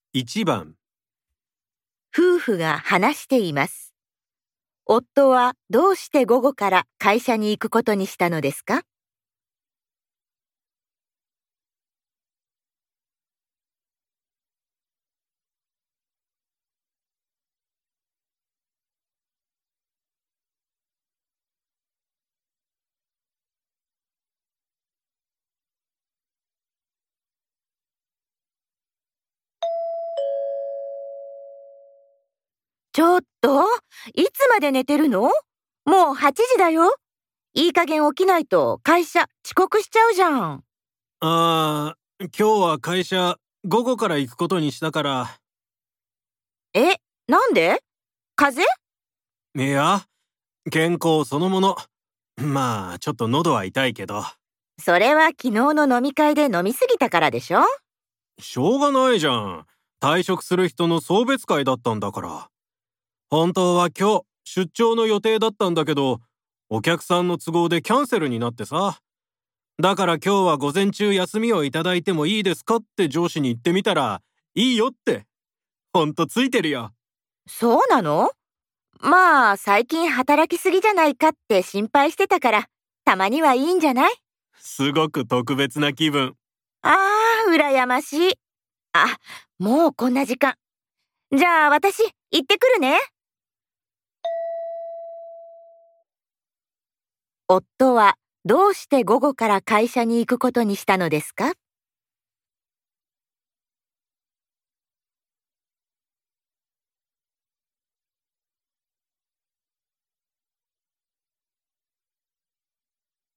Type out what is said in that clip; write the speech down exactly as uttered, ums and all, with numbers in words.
いちばん、 夫婦が話しています。夫はどうして午後から会社に行くことにしたのですか？ちょっと、いつまで寝てるの？もうはちじだよ。いい加減起きないと会社遅刻しちゃうじゃん。 あー、今日は会社午後から行くことにしたから。 え、なんで？風邪？ いや、健康そのもの。まあ、ちょっと喉は痛いけど。 それは昨日の飲み会で飲みすぎたからでしょ？ しょうがないじゃん。退職する人の送別会だったんだから。本当は今日出張の予定だったんだけど、お客さんの都合でキャンセルになってさ。だから今日は午前中休みをいただいてもいいですかって上司に言ってみたら、いいよって。ほんとついてるよ。 そうなの？まあ、最近働きすぎじゃないかって心配してたから、たまにはいいんじゃない？ すごく特別な気分。 ああ、羨ましい。あ、もうこんな時間。じゃあ私、行ってくるね。夫はどうして午後から会社に行くことにしたのですか？